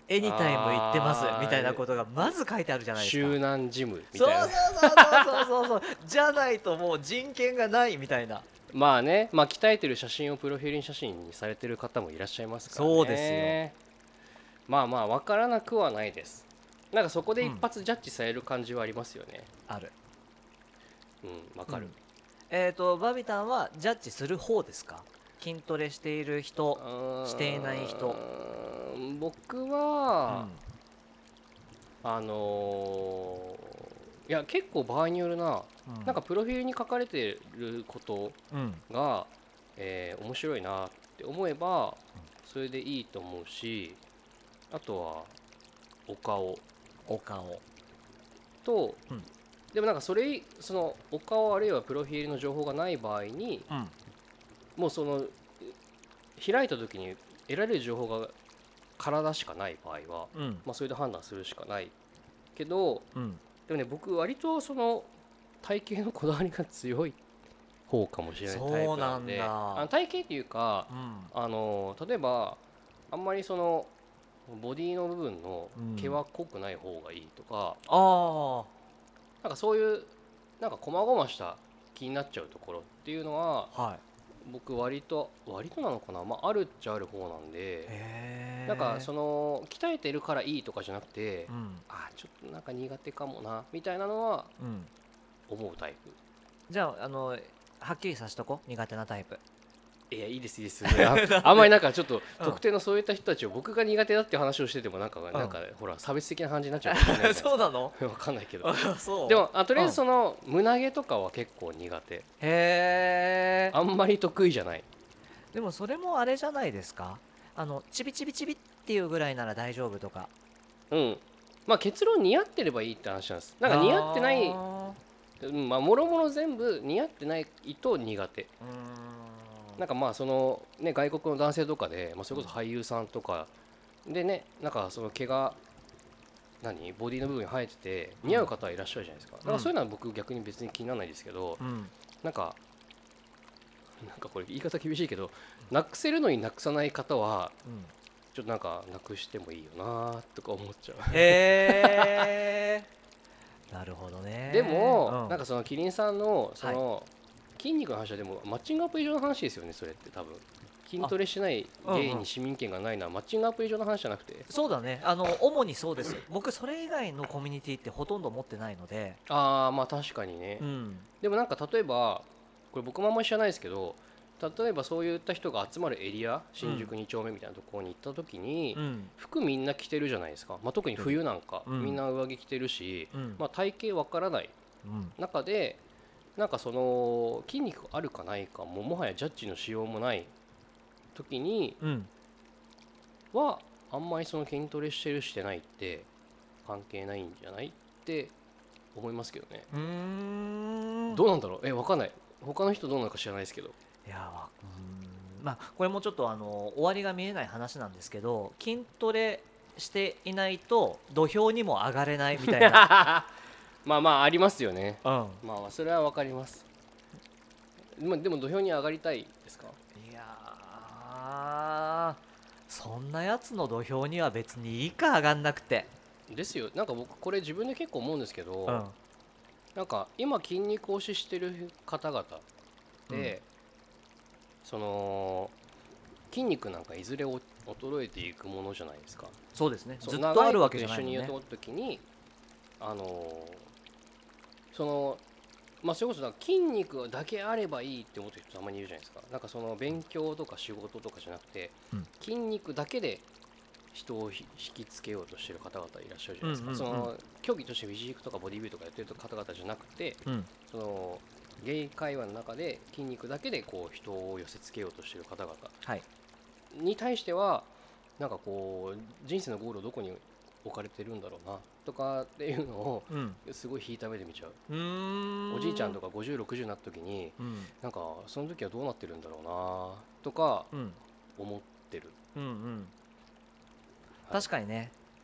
エニタイム行ってますあーみたいなことがまず書いてあるじゃないですか。 周南ジムみそうたいな。 そうそうそうそうそうじゃないともう人権がないみたいな。 まあね、まあ鍛えてる写真をプロフィール写真にされてる方もいらっしゃいますからね。 そうですよ。 まあまあ分からなくはないです。なんかそこでうん一発ジャッジされる感じはありますよね。 ある。 うん、わかる。 うんえっ、とバビタンはジャッジする方ですか？筋トレしている人、していない人。 うーん僕うは、 んあのーいや結構場合によるな、 うんなんかプロフィールに書かれてることうんが、えー面白いなって思えばそれでいいと思うし、あとはお顔お顔。 と、 うんでもなんかそれそのお顔あるいはプロフィールの情報がない場合にうんもうその開いた時に得られる情報が体しかない場合は、 うんまあ、それで判断するしかないけど、 うんでもね僕割とその体型のこだわりが強い方かもしれないタイプそうなんんなで、 だ。 あの体型っていうかうんあの例えばあんまりそのボディの部分の毛は濃くない方がいいとか、 あなんかそういうなんか細々した気になっちゃうところっていうのはあはい。 僕割と割となのかな、まあ、あるっちゃある方なんで、 へえ。 なんかその鍛えてるからいいとかじゃなくて、 うんあちょっとなんか苦手かもなみたいなのはうん思うタイプ。 じゃああのはっきりさしとこ苦手なタイプ。 いやいいですいいですああんまりなんかちょっとうん特定のそういった人たちを僕が苦手だっていう話をしててもなんか、なんかほら差別的な感じになっちゃうかもしれないじゃそうなの？ ないわかんないけどあそうでもあとりあえずその胸毛とかは結構苦手、 へえ。 あんまり得意じゃない。 でもそれもあれじゃないですか？あのチビチビチビっていうぐらいなら大丈夫とか。 うんまあ結論似合ってればいいって話なんです。なんか似合ってないあうんまあもろもろ全部似合ってないと苦手。 ーうーんなんかまあそのね外国の男性とかで、まあ、それこそ俳優さんとかでねなんかその毛が何ボディの部分に生えてて似合う方はいらっしゃるじゃないですか。だからそういうのは僕逆に別に気にならないですけど、 うんなんかなんかこれ言い方厳しいけどなくせるのになくさない方はうんちょっとなんかなくしてもいいよなとか思っちゃう。 へえ。なるほどね。 でも、 うんなんかそのキリンさんのその筋肉の話はでもマッチングアプリ上の話ですよね。それって多分筋トレしないゲイに市民権がないのはマッチングアプリ上の話じゃなくて、 そうだね。あの主にそうです。僕それ以外のコミュニティってほとんど持ってないので。 ああまあ確かにね、 うんでもなんか例えばこれ僕もあんまり知らないですけど、例えばそういった人が集まるエリア新宿に丁目みたいなところに行った時に、 うん服みんな着てるじゃないですか、まあ、特に冬なんか、 うんみんな上着着てるし、 うんまあ、体型わからないうん中でなんかその筋肉があるかないかももはやジャッジのしようもない時にうんはあんまりその筋トレしてるしてないって関係ないんじゃないって思いますけどね。 うーんどうなんだろうえわかんない、他の人どうなのか知らないですけど。 いやわうーんまあこれもちょっとあの終わりが見えない話なんですけど、筋トレしていないと土俵にも上がれないみたいな、 まあまあありますよね。 うん、 まあそれはわかります。でもでも土俵に上がりたいですか？ いやーそんなやつの土俵には別にいいか上がんなくて、 ですよ。なんか僕これ自分で結構思うんですけど、 うんなんか今筋肉推ししてる方々で、その筋肉なんかいずれお衰えていくものじゃないですか。 そうですね、 そうずっとあるわけじゃない長いもんね。 こと一緒にやった時にあのーそのまあそれこそなんか筋肉だけあればいいって思ってる人たまにいるじゃないですか。なんかその勉強とか仕事とかじゃなくて、 うん筋肉だけで人をひ引きつけようとしてる方々いらっしゃるじゃないですか。 うんうんうんその競技としてフィジークとかボディビルとかやってる方々じゃなくて、 うんそのゲイ会話の中で筋肉だけでこう人を寄せつけようとしてる方々 はいに対してはなんかこう人生のゴールをどこに置かれてるんだろうなとかっていうのをうんすごい引いた目で見ちゃう。 うーんおじいちゃんとかごじゅうろくじゅうになった時にうんなんかその時はどうなってるんだろうなとかうん思ってる。 うんうんはい確かにね。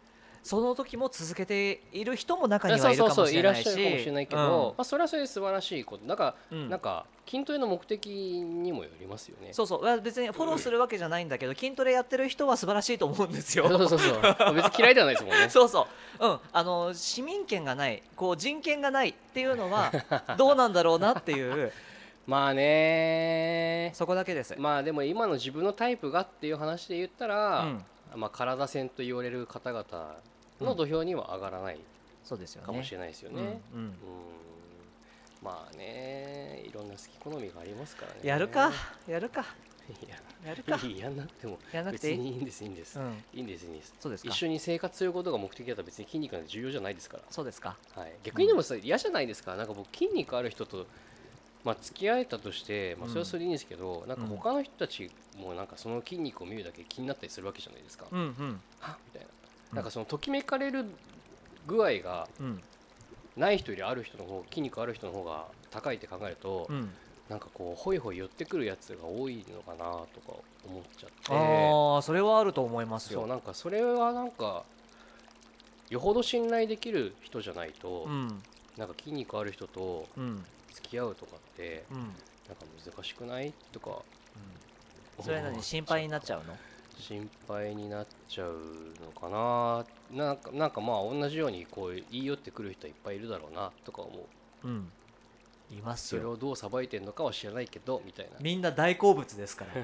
その時も続けている人も中にはいるそうそうそうかもしれないいらっしゃるかもしし、 れないけうんど、まあ、それはそれで素晴らしいことだから、 うんなんか筋トレの目的にもよりますよね。 そうそう、別にフォローするわけじゃないんだけど、筋トレやってる人は素晴らしいと思うんですよ。 そうそうそう別に嫌いではないですもんね。 そうそう、うん、あの市民権がない、こう人権がないっていうのはどうなんだろうなっていうまあねそこだけです。 まあでも今の自分のタイプがっていう話で言ったら、 うんまあ、体線と言われる方々 うんの土俵には上がらないそうですよね。 かもしれないですよね。 うんうんうんまあねいろんな好き好みがありますからね。 やるかやるかいややるかいいやんなくてもやらなくていい。 別にいいんですいいんです、 うんいいんですいいんですそうですか。 一緒に生活することが目的だったら別に筋肉なんて重要じゃないですかそうですか。 ら、はい、逆にでもさ、嫌じゃないですか。なんか僕筋肉ある人とまあ付き合えたとして、まあ、それはそれでいいんですけど、なんか他の人たちもなんかその筋肉を見るだけ気になったりするわけじゃないですか、 うんうんはみたいな、 うんなんかそのときめかれる具合がうんない人よりある人の方筋肉ある人の方が高いって考えると、 うん。 なんかこうホイホイ寄ってくるやつが多いのかなとか思っちゃってああ、それはあると思いますよ。 そうなんかそれはなんかよほど信頼できる人じゃないと、 うんなんか筋肉ある人とうん付き合うとかってうん。 なんか難しくないとかそれなのに心配になっちゃうの？ 心配になっちゃうのかな。なんかなんかまあ同じようにこう言い寄ってくる人はいっぱいいるだろうなとか思う。 うん。いますよ。 それをどうさばいてんのかは知らないけどみたいな。 みんな大好物ですから。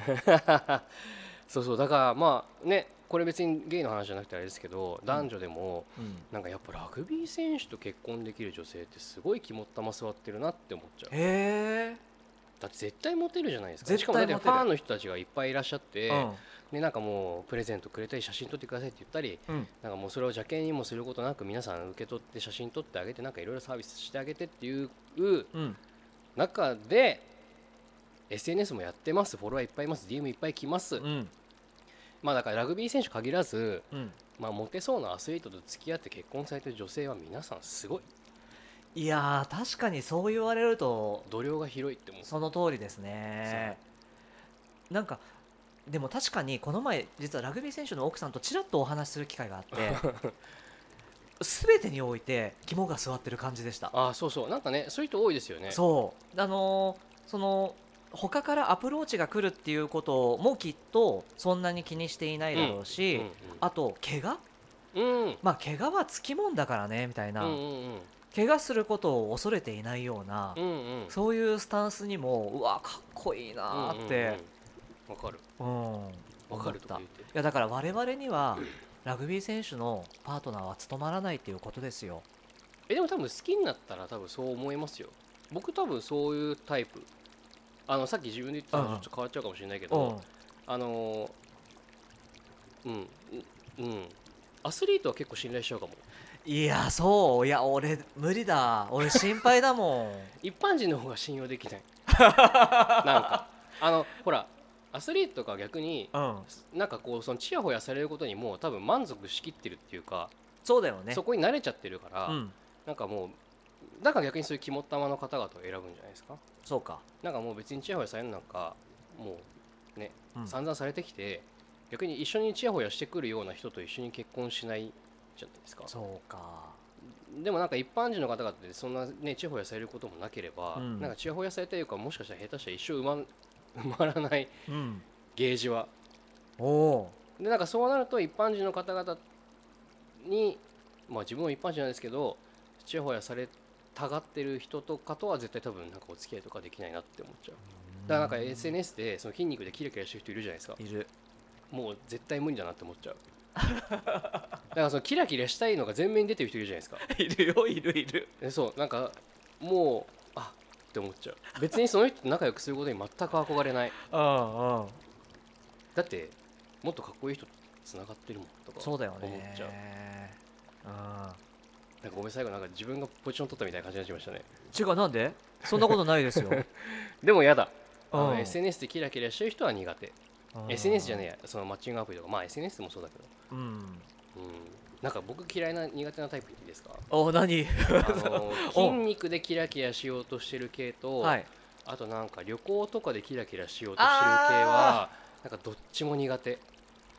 そうそうだからまあねこれ別にゲイの話じゃなくてあれですけど、男女でもうん。 なんかやっぱラグビー選手と結婚できる女性ってすごい肝っ玉座ってるなって思っちゃう。 へえ。 だって絶対モテるじゃないですか。 絶しかもだって対モテるファンの人たちがいっぱいいらっしゃって、 うんでなんかもうプレゼントくれたり写真撮ってくださいって言ったり、 うんなんかもうそれを邪険にもすることなく皆さん受け取って写真撮ってあげてなんかいろいろサービスしてあげてっていううん中で エスエヌエス もやってます、フォロワーいっぱいいます、 ディーエム いっぱい来ます、 うんまあだからラグビー選手限らず、 うん。 まあ、モテそうなアスリートと付き合って結婚されてる女性は皆さんすごいいやー、確かにそう言われると度量が広いって思う。 その通りですね。なんかでも確かにこの前実はラグビー選手の奥さんとちらっとお話しする機会があって全てにおいて肝が据わってる感じでした。 ああそうそうなんかねそういう人多いですよね。 そうあのーその他からアプローチが来るっていうこともきっとそんなに気にしていないだろうし、 うんあと怪我うんうんまあ怪我はつきもんだからねみたいな、 うんうん怪我することを恐れていないような、 うんうんうんそういうスタンスにもうわかっこいいなーって、 わかるうんわかる思った。いとか言ってやだから我々にはラグビー選手のパートナーは務まらないっていうことですよ。 えでも多分好きになったら多分そう思いますよ。僕多分そういうタイプあのさっき自分で言ってたのとちょっと変わっちゃうかもしれないけど、 うんあのーうんうんアスリートは結構信頼しちゃうかも。 いやそういや俺無理だ俺心配だもん一般人の方が信用できないなんかあのほらアスリートが逆にうんなんかこうそのチヤホヤされることにもう多分満足しきってるっていうか、 そうだよね。 そこに慣れちゃってるから、 うんなんかもうだから逆にそういう肝っ玉の方々を選ぶんじゃないですか。 そうか。 なんかもう別にチヤホヤされるなんかもうね、 うん散々されてきて逆に一緒にチヤホヤしてくるような人と一緒に結婚しないじゃないですか。 そうか。 でもなんか一般人の方々ってそんなねチヤホヤされることもなければ、 うんなんかチヤホヤされたいうかもしかしたら下手したら一生埋ま埋まらないうんゲージはおおでなんかそうなると一般人の方々にまあ自分も一般人なんですけどチヤホヤされたがってる人とかとは絶対多分なんかお付き合いとかできないなって思っちゃう。だからなんか エスエヌエス でその筋肉でキラキラしてる人いるじゃないですか。 いる。 もう絶対無理だなって思っちゃうだからそのキラキラしたいのが前面に出てる人いるじゃないですか。 いるよいるいる。 でそうなんかもうあって思っちゃう。別にその人と仲良くすることに全く憧れない。 うんうん。 だってもっとかっこいい人とつながってるもんとかそうだよ思っね。 ちゃう。 うん。 なんかごめん最後なんか自分がポジション取ったみたいな感じになっちゃいましたね。 違うなんで？そんなことないですよ。 でもやだあのうんエスエヌエス でキラキラしてる人は苦手。エスエヌエス じゃねえやそのマッチングアプリとかまあ エスエヌエス でもそうだけど、 うん。 うん、なんか僕嫌いな苦手なタイプいいですか？ お何？ あの筋肉でキラキラしようとしてる系と、 はい。 あとなんか旅行とかでキラキラしようとしてる系はなんかどっちも苦手。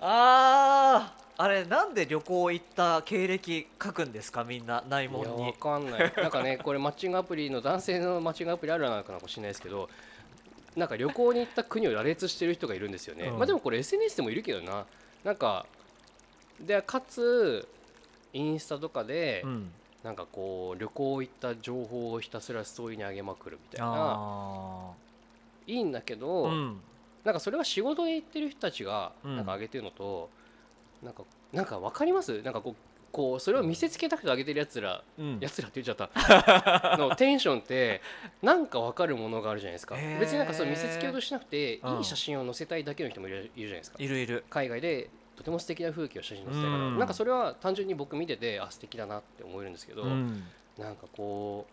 あーあれなんで旅行行った経歴書くんですかみんな内いやわ門に。 かんないなんかねこれマッチングアプリの男性のマッチングアプリあるあるなのかもしれないですけど、なんか旅行に行った国を羅列してる人がいるんですよね、 うんまあでもこれ エスエヌエス でもいるけどな、なんかでかつインスタとかで、 うんなんかこう旅行行った情報をひたすらストーリーに上げまくるみたいな、 あいいんだけーど、 うんなんかそれは仕事で行ってる人たちがうんなんか上げてるのと、なんかなんか分かります？なんかこうこうそれを見せつけたくて上げてるやつら、 うんやつらって言っちゃったのテンションってなんか分かるものがあるじゃないですか。 へー別になんかそう見せつけようとしなくて、 うんいい写真を載せたいだけの人もいる、いるじゃないですか。 いるいる。 海外でとても素敵な風景を写真載せたいから、 うんなんかそれは単純に僕見ててあ素敵だなって思えるんですけど、 うんなんかこ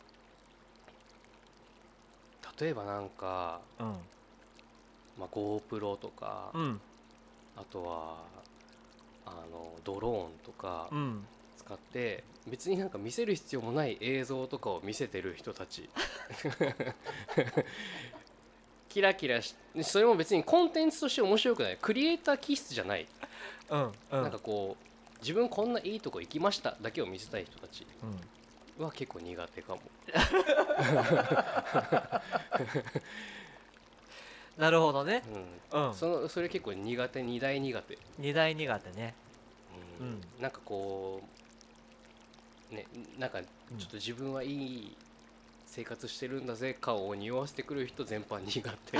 う例えばなんか、 うんまあ、GoPro とか、 うんあとはあのドローンとかうん使って別になんか見せる必要もない映像とかを見せてる人たちキラキラしそれも別にコンテンツとして面白くない、クリエイター気質じゃない、 うんうんなんかこう自分こんないいとこ行きましただけを見せたい人たちうんは結構苦手かも。 なるほどね。 うんうんそのそれ結構苦手、二大苦手、 二大苦手ね。 うんうんなんかこうね、なんかちょっと自分はいい生活してるんだぜ顔を匂わせてくる人全般苦手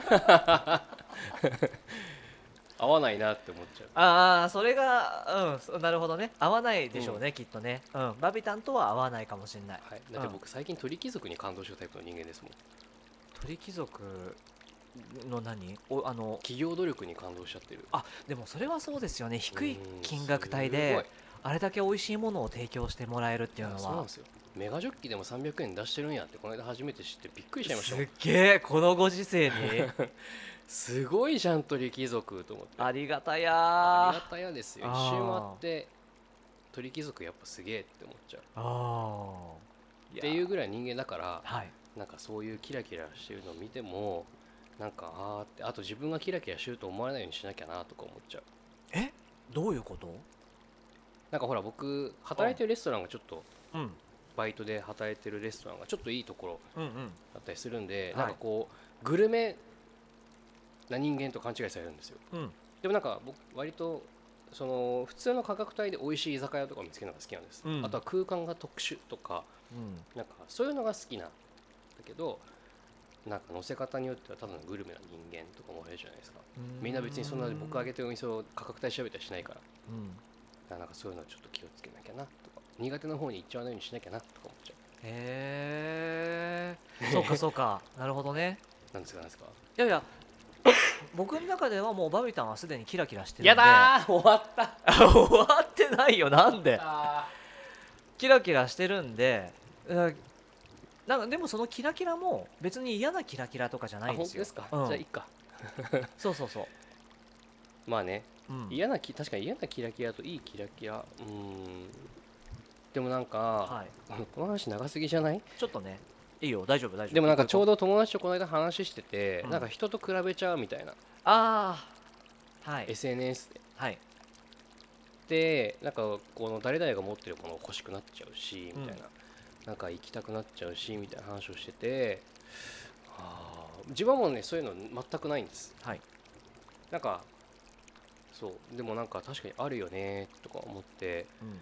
合わないなって思っちゃう。 ああそれがうんそなるほどね。合わないでしょうね、きっとね。うんバビタンとは合わないかもしれない。 はい、だって僕最近鳥貴族に感動するタイプの人間ですもん。 鳥貴族の何おあの企業努力に感動しちゃってる。 あでもそれはそうですよね。低いうん金額帯すごいであれだけ美味しいものを提供してもらえるっていうのはそうなんですよ。メガジョッキでもさんびゃくえん出してるんやってこの間初めて知ってびっくりしちゃいましたもん。 すっげえこのご時世にすごいじゃん鳥貴族と思って。 ありがたあやりがたやですよ。 あー一周回って鳥貴族やっぱすげえって思っちゃうああっていうぐらい人間だから、 はいなんかそういうキラキラしてるのを見てもなんかあーって、あと自分がキラキラしてると思われないようにしなきゃなとか思っちゃう。 えどういうこと？ なんかほら僕働いてるレストランがちょっとうんバイトで働いてるレストランがちょっといいところうんうんだったりするんで、 はいなんかこうグルメな人間と勘違いされるんですよ。 うんでもなんか僕割とその普通の価格帯で美味しい居酒屋とかを見つけるのが好きなんです、 うんあとは空間が特殊とかうんなんかそういうのが好きなんだけど、なんか乗せ方によってはただのグルメな人間とかもいるじゃないですか。みんな別にそんな僕挙げてるお店を価格帯調べたりしないから、だかうんらなんかそういうのはちょっと気をつけなきゃなとか苦手な方に行っちゃわないようにしなきゃなとか思っちゃへえそうかそうかなるほどね。 う。なんですかなんですか。 いやいや僕の中ではもうバビタンはすでにキラキラしてるんでやだー終わった終わってないよなんであキラキラしてるんでうんなんかでもそのキラキラも別に嫌なキラキラとかじゃないんですよ。 本当ですか、 うんじゃあいいか。 そうそうそう、 まあね、 うん、 嫌なき確かに嫌なキラキラといいキラキラ、うーんでもなんか、 はいこの話長すぎじゃない？ ちょっとねいいよ大丈夫大丈夫。 でもなんかちょうどど友達とこの間話してて、 うんなんか人と比べちゃうみたいな、 ああはいエスエヌエス ではいでなんかこの誰々が持ってるものを欲しくなっちゃうしみたいな、 うんなんか行きたくなっちゃうしみたいな話をしてて、あー自分はもうねそういうの全くないんです。 はいなんかそうでもなんか確かにあるよねとか思って、 うん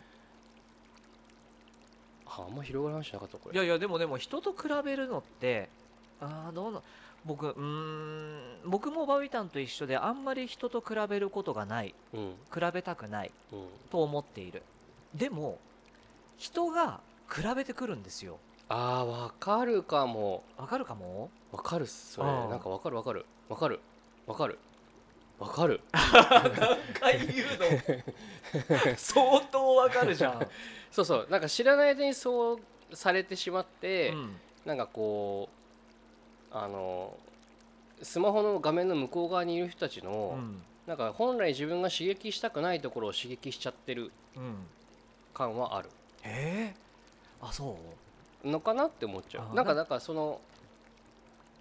ああんま広がる話なかったこれ。 いやいやでもでも人と比べるのってああどうな僕うーん僕もバビタンと一緒であんまり人と比べることがないうん比べたくないうんと思っている。でも人が比べてくるんですよ。 あーわかるかも。 わかるかも。 わかるっすそれ。 あーなんかわかるわかるわかるわかるわかる何回言うの相当わかるじゃん、 そうそうなんか知らない間にそうされてしまって、 うんなんかこうあのスマホの画面の向こう側にいる人たちの、 うんなんか本来自分が刺激したくないところを刺激しちゃってるうん、 感はあるえー、あそうのかなって思っちゃあう。なんかなんかその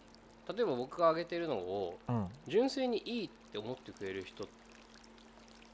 例えば僕が上げてるのをうん純粋にいいって思ってくれる人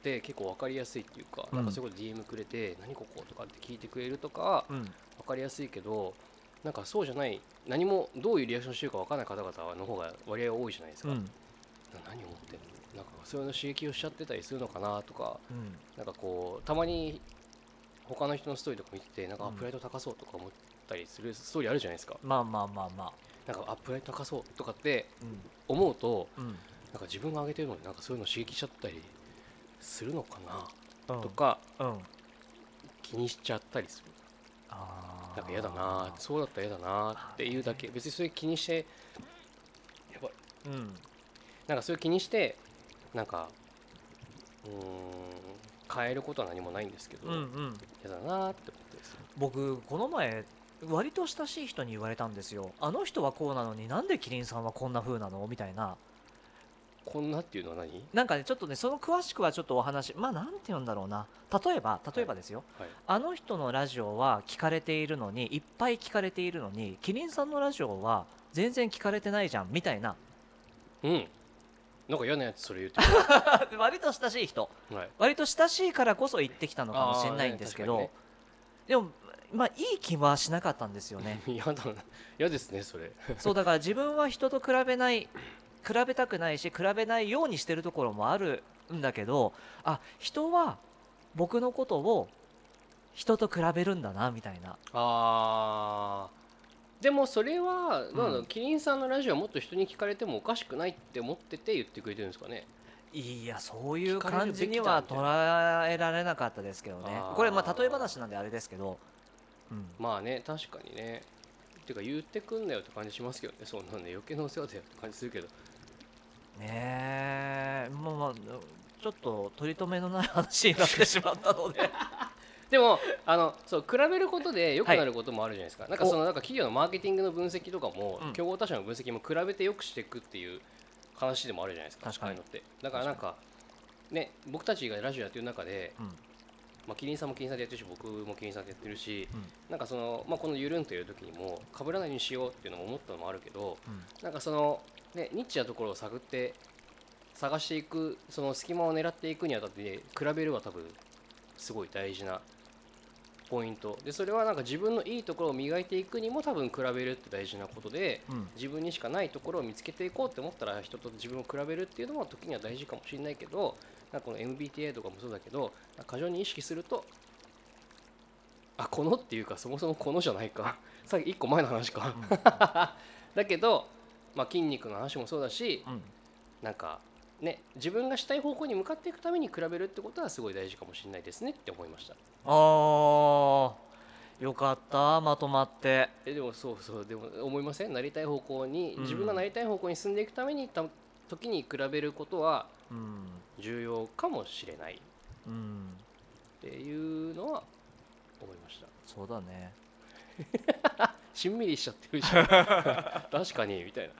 って結構分かりやすいっていうか、 うんなんかそれこそ ディーエム くれて何こことかって聞いてくれるとかうん分かりやすいけど、なんかそうじゃない何もどういうリアクションしてるか分からない方々の方が割合多いじゃないですか、 うんな何思ってんのなんかそういうの刺激をしちゃってたりするのかなとか、 うんなんかこうたまに他の人のストーリーとか見ててなんか、 うんあプライド高そうとか思ったりするストーリーあるじゃないですか。 まあまあまあまあなんかあプライド高そうとかってうん思うとうんなんか自分が上げてるのになんかそういうの刺激しちゃったりするのかなうんとかうん気にしちゃったりする。 あーなんか嫌だなそうだったら嫌だなっていうだけ、別にそれ気にしてやばいうんなんかそれ気にしてなんかうーん変えることは何もないんですけど、 うんうん嫌だなって思ってですね。 僕この前割と親しい人に言われたんですよ。あの人はこうなのになんでキリンさんはこんな風なのみたいな。 こんなっていうのは何？ なんかねちょっとねその詳しくはちょっとお話まあなんて言うんだろうな。例えば例えばですよ、 はい、 あの人のラジオは聞かれているのにいっぱい聞かれているのにキリンさんのラジオは全然聞かれてないじゃんみたいな。 うんなんか嫌なやつそれ言ってく割と親しい人る、はい、 割と親しいからこそ言ってきたのかもしれないんですけど、 あーねでもまあいい気はしなかったんですよね。 嫌だな嫌ですねそれそうだから自分は人と比べない比べたくないし比べないようにしてるところもあるんだけど、あ人は僕のことを人と比べるんだなみたいな。 あーでもそれはなんだろう、 うんキリンさんのラジオはもっと人に聞かれてもおかしくないって思ってて言ってくれてるんですかね。 いやそういう聞かれる感じには捉えられなかったですけどね。 あーこれまあ例え話なんであれですけど、うん、 まあね確かにねっていうか言ってくんなよって感じしますけどね。そんなんで余計なお世話だよって感じするけどねえまあまあちょっと取り留めのない話になってしまったのででもあのそう比べることで良くなることもあるじゃないですか、なんかそのなんか企業のマーケティングの分析とかも、 うん競合他社の分析も比べて良くしていくっていう話でもあるじゃないですか。 確かにああいうのってだからなんかね僕たちがラジオやってる中で、 うんまあ、キリンさんもキリンさんでやってるし僕もキリンさんでやってるし、 うんなんかその、まあ、このゆるんという時にも被らないようにしようっていうのも思ったのもあるけど、 うんなんかその、ね、ニッチなところを探って探していくその隙間を狙っていくにあたって比べるは多分すごい大事なポイントで、それはなんか自分のいいところを磨いていくにも多分比べるって大事なことで、 うん自分にしかないところを見つけていこうって思ったら人と自分を比べるっていうのも時には大事かもしれないけど、なんかこの エムビーティーアイ とかもそうだけど過剰に意識するとあこのっていうかそもそもこのじゃないかさっきいっこまえの話かだけど、まあ、筋肉の話もそうだし、 うんなんかね自分がしたい方向に向かっていくために比べるってことはすごい大事かもしれないですねって思いました。 あーよかったまとまって。 えでもそうそうでも思いません？なりたい方向に、 うん自分がなりたい方向に進んでいくためにた時に比べることはうん重要かもしれないっうんていうのは思いました。 そうだね。 しんみりしちゃってるじゃん確かにみたいな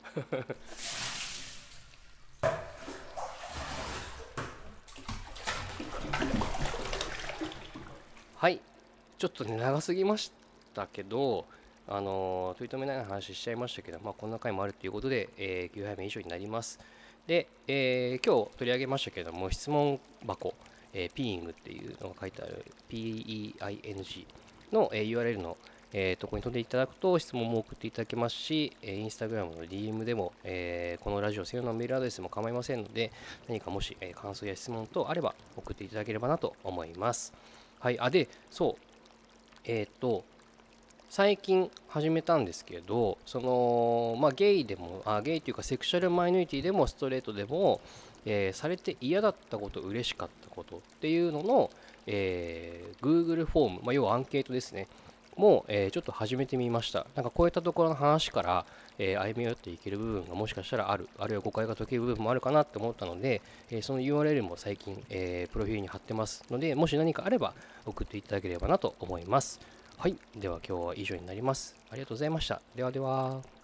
はいちょっとね長すぎましたけど、あのー取り留めない話しちゃいましたけど、まあ、こんな回もあるということで、えー、きゅうはいめ以上になります。で、えー今日取り上げましたけれども質問箱、えー、ピーイングっていうのが書いてある ピーイーアイエヌジー の、えー ユーアールエル のえー、とここに飛んでいただくと質問も送っていただけますし、えー、インスタグラムの ディーエム でも、えーこのラジオ専用のメールアドレスでも構いませんので、何かもし、えー感想や質問等あれば送っていただければなと思います。はい、あでそうえっ、と最近始めたんですけど、そのまあゲイでもあゲイというかセクシャルマイノリティでもストレートでも、えーされて嫌だったこと嬉しかったことっていうのの、えー Google フォーム、まあ、要はアンケートですねもう、えーちょっと始めてみました。なんかこういったところの話から、えー歩み寄っていける部分がもしかしたらある、あるいは誤解が解ける部分もあるかなって思ったので、えーその ユーアールエル も最近、えープロフィールに貼ってますので、もし何かあれば送っていただければなと思います。はい、では今日は以上になります。ありがとうございました。ではでは。